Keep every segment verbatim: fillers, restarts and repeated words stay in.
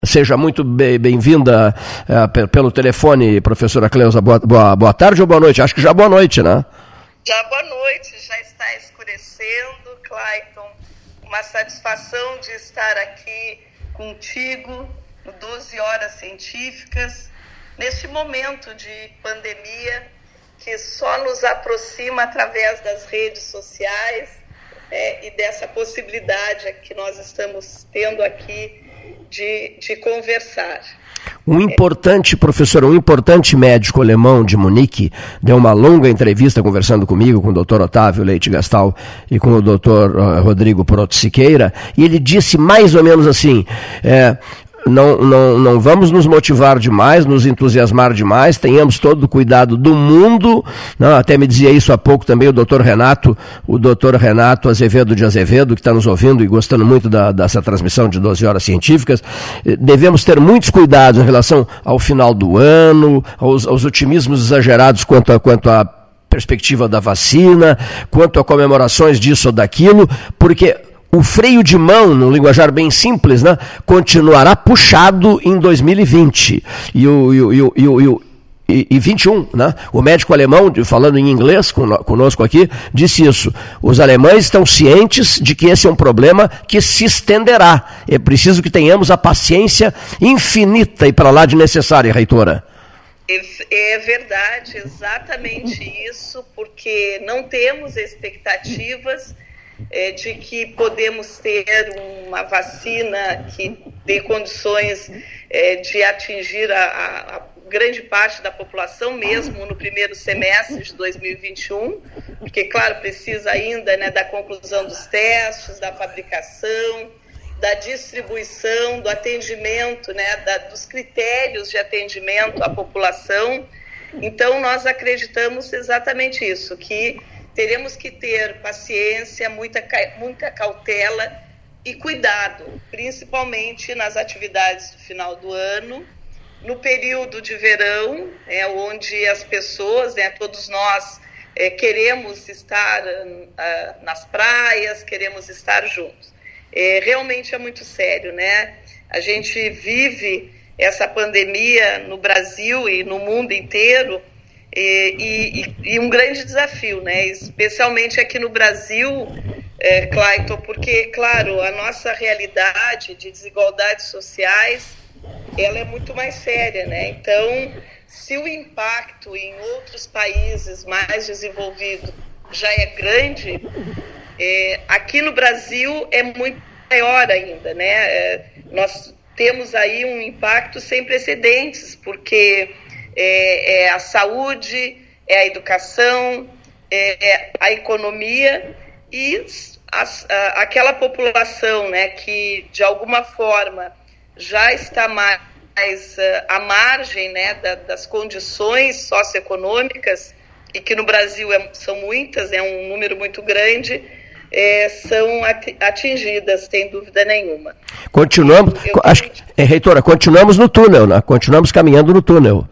Seja muito bem-vinda uh, pelo telefone, professora Cleusa. Boa, boa, boa tarde ou boa noite? Acho que já boa noite, né? Já boa noite, já está escurecendo, Clayton. Uma satisfação de estar aqui contigo no doze Horas Científicas, neste momento de pandemia que só nos aproxima através das redes sociais é, e dessa possibilidade que nós estamos tendo aqui de, de conversar. Um importante, professor, um importante médico alemão de Munique deu uma longa entrevista conversando comigo, com o doutor Otávio Leite Gastal e com o doutor Rodrigo Proto Siqueira, e ele disse mais ou menos assim, é, não, não, não vamos nos motivar demais, nos entusiasmar demais, tenhamos todo o cuidado do mundo, não, até me dizia isso há pouco também o doutor Renato, o doutor Renato Azevedo de Azevedo, que está nos ouvindo e gostando muito da, dessa transmissão de doze Horas Científicas. Devemos ter muitos cuidados em relação ao final do ano, aos, aos otimismos exagerados quanto a, quanto a perspectiva da vacina, quanto a comemorações disso ou daquilo, porque o freio de mão, num linguajar bem simples, né, continuará puxado em dois mil e vinte. E o, e o, e o, e o, e, e vinte e um, né? O médico alemão, falando em inglês conosco aqui, disse isso. Os alemães estão cientes de que esse é um problema que se estenderá. É preciso que tenhamos a paciência infinita e para lá de necessária, reitora. É verdade, exatamente isso, porque não temos expectativas É, de que podemos ter uma vacina que dê condições é, de atingir a, a, a grande parte da população, mesmo no primeiro semestre de dois mil e vinte e um, porque, claro, precisa ainda, né, da conclusão dos testes, da fabricação, da distribuição, do atendimento, né, da, dos critérios de atendimento à população. Então, nós acreditamos exatamente isso, que teremos que ter paciência, muita, muita cautela e cuidado, principalmente nas atividades do final do ano, no período de verão, é, onde as pessoas, né, todos nós é, queremos estar uh, nas praias, queremos estar juntos. É, realmente é muito sério, né? A gente vive essa pandemia no Brasil e no mundo inteiro, E, e, e um grande desafio, né? Especialmente aqui no Brasil, é, Clayton, porque, claro, a nossa realidade de desigualdades sociais, ela é muito mais séria, né? Então, se o impacto em outros países mais desenvolvidos já é grande, é, aqui no Brasil é muito maior ainda, né? É, nós temos aí um impacto sem precedentes, porque É, é a saúde, é a educação, é, é a economia e as, a, aquela população, né, que de alguma forma já está mais à margem, né, da, das condições socioeconômicas, e que no Brasil é, são muitas, é um número muito grande, é, são atingidas, sem dúvida nenhuma. Continuamos, eu, eu acho, tenho... é, reitora, continuamos no túnel, né? Continuamos caminhando no túnel.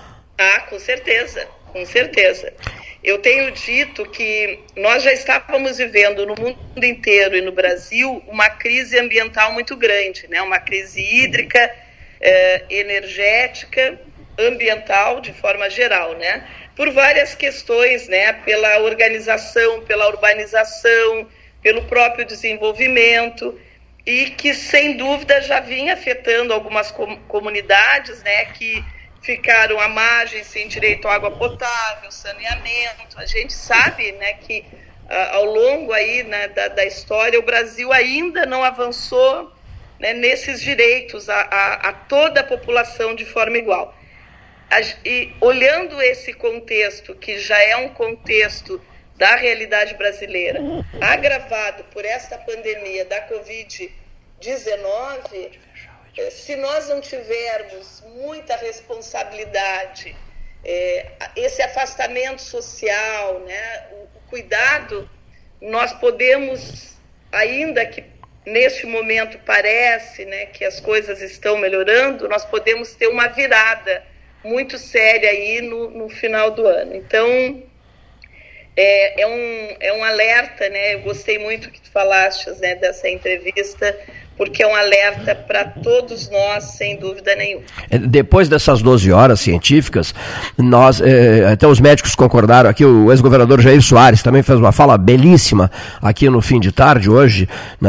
Ah, com certeza, com certeza. Eu tenho dito que nós já estávamos vivendo no mundo inteiro e no Brasil uma crise ambiental muito grande, né? Uma crise hídrica, eh, energética, ambiental de forma geral, né? Por várias questões, né? Pela organização, pela urbanização, pelo próprio desenvolvimento, e que sem dúvida já vinha afetando algumas com- comunidades, né? Que ficaram à margem, sem direito à água potável, saneamento. A gente sabe, né, que uh, ao longo aí, né, da, da história, o Brasil ainda não avançou, né, nesses direitos a, a, a toda a população de forma igual. A, e olhando esse contexto, que já é um contexto da realidade brasileira, agravado por esta pandemia da covid dezenove, se nós não tivermos muita responsabilidade, é, esse afastamento social, né, o, o cuidado, nós podemos, ainda que neste momento parece, né, que as coisas estão melhorando, nós podemos ter uma virada muito séria aí no, no final do ano. Então, é, é, um, é um alerta, né? Eu gostei muito que tu falaste, né, dessa entrevista, porque é um alerta para todos nós, sem dúvida nenhuma. Depois dessas doze horas científicas, nós, eh, até os médicos concordaram aqui, o ex-governador Jair Soares também fez uma fala belíssima aqui no fim de tarde hoje, né,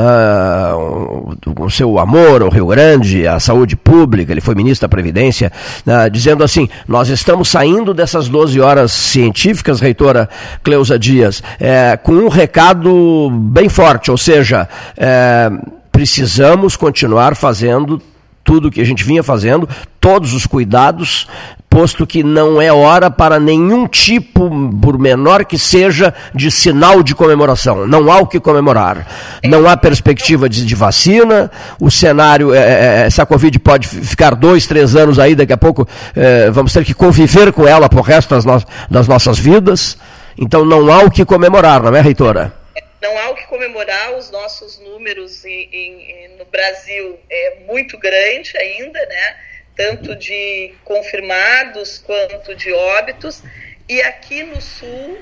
o, o seu amor ao Rio Grande, à saúde pública, ele foi ministro da Previdência, né, dizendo assim, nós estamos saindo dessas doze horas científicas, reitora Cleusa Dias, eh, com um recado bem forte, ou seja, eh, precisamos continuar fazendo tudo o que a gente vinha fazendo, todos os cuidados, posto que não é hora para nenhum tipo, por menor que seja, de sinal de comemoração. Não há o que comemorar. Não há perspectiva de, de vacina, o cenário, é, essa Covid pode ficar dois, três anos aí, daqui a pouco é, vamos ter que conviver com ela pro resto das, no, das nossas vidas. Então não há o que comemorar, não é, reitora? Não há o que comemorar, os nossos números em, em, no Brasil é muito grande ainda, né? Tanto de confirmados quanto de óbitos. E aqui no Sul,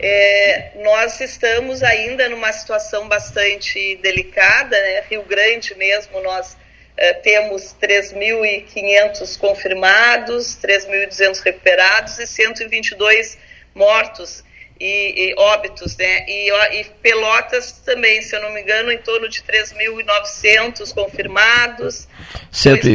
é, nós estamos ainda numa situação bastante delicada, né? Rio Grande mesmo, nós é, temos três mil e quinhentos confirmados, três mil e duzentos recuperados e cento e vinte e dois mortos. E, e óbitos, né? E, e Pelotas também, se eu não me engano, em torno de três mil e novecentos confirmados. cento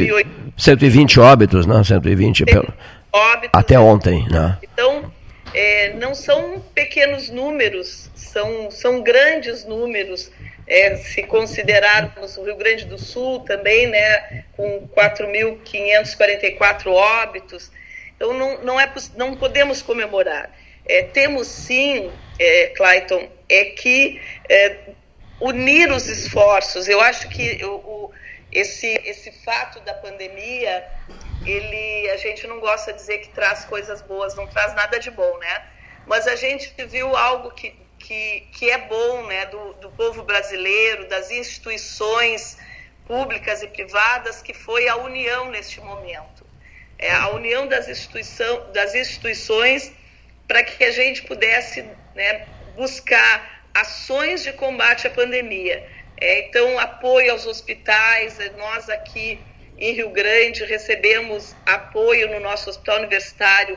e vinte óbitos, né? cento e vinte pelo... óbitos, até ontem, né? Então, é, não são pequenos números, são, são grandes números. É, se considerarmos o Rio Grande do Sul também, né? Com quatro mil quinhentos e quarenta e quatro óbitos. Então, não, não, é, não podemos comemorar. É, temos sim, é, Clayton, é que é, unir os esforços. Eu acho que o, o, esse, esse fato da pandemia, ele, a gente não gosta de dizer que traz coisas boas, não traz nada de bom, né? Mas a gente viu algo que, que, que é bom, né, do, do povo brasileiro, das instituições públicas e privadas, que foi a união neste momento. É, a união das, instituição, das instituições para que a gente pudesse, né, buscar ações de combate à pandemia. É, então, apoio aos hospitais, nós aqui em Rio Grande recebemos apoio no nosso hospital universitário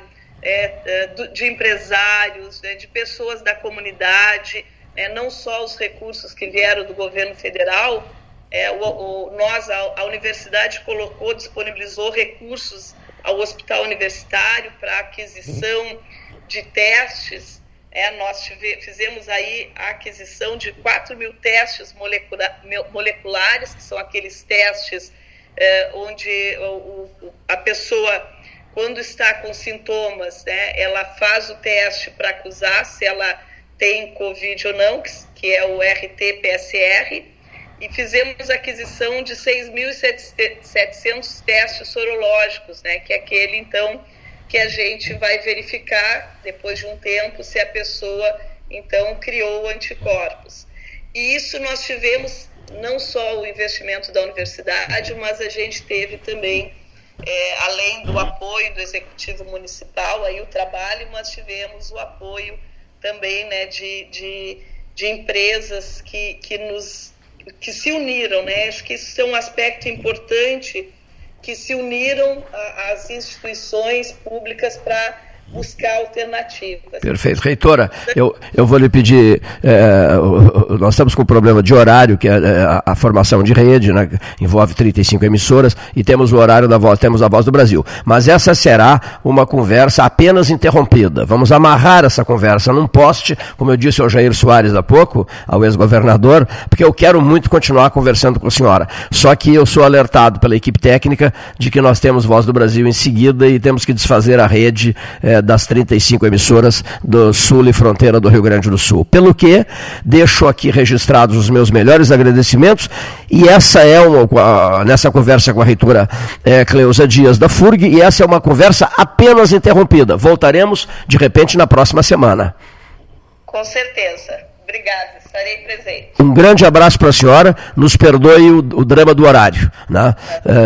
é, de empresários, né, de pessoas da comunidade, é, não só os recursos que vieram do governo federal, é, o, o, nós, a, a universidade colocou, disponibilizou recursos ao hospital universitário para aquisição de testes. É, nós tive, fizemos aí a aquisição de quatro mil testes molecula, moleculares, que são aqueles testes é, onde o, o, a pessoa, quando está com sintomas, né, ela faz o teste para acusar se ela tem Covid ou não, que, que é o R T P C R, e fizemos a aquisição de seis mil e setecentos testes sorológicos, né, que é aquele, então, que a gente vai verificar, depois de um tempo, se a pessoa, então, criou anticorpos. E isso nós tivemos não só o investimento da universidade, mas a gente teve também, é, além do apoio do Executivo Municipal, aí o trabalho, mas tivemos o apoio também, né, de, de, de empresas que, que, nos, que se uniram, né? Acho que isso é um aspecto importante, que se uniram às instituições públicas para buscar alternativas. Perfeito. Reitora, eu, eu vou lhe pedir, é, nós estamos com um problema de horário, que é a, a formação de rede, né, envolve trinta e cinco emissoras, e temos o horário da voz, temos a Voz do Brasil. Mas essa será uma conversa apenas interrompida. Vamos amarrar essa conversa num poste, como eu disse ao Jair Soares há pouco, ao ex-governador, porque eu quero muito continuar conversando com a senhora. Só que eu sou alertado pela equipe técnica de que nós temos Voz do Brasil em seguida e temos que desfazer a rede é, das trinta e cinco emissoras do sul e fronteira do Rio Grande do Sul. Pelo que, deixo aqui registrados os meus melhores agradecimentos, e essa é uma, nessa conversa com a reitora é, Cleusa Dias da F U R G, e essa é uma conversa apenas interrompida. Voltaremos, de repente, na próxima semana. Com certeza. Obrigada, estarei presente. Um grande abraço para a senhora, nos perdoe o, o drama do horário. Né?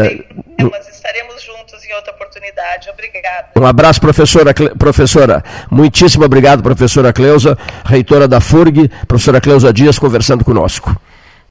É, mas estaremos juntos em outra oportunidade. Obrigada. Um abraço, professora. professora. Muitíssimo obrigado, professora Cleusa, reitora da F U R G, professora Cleusa Dias, conversando conosco.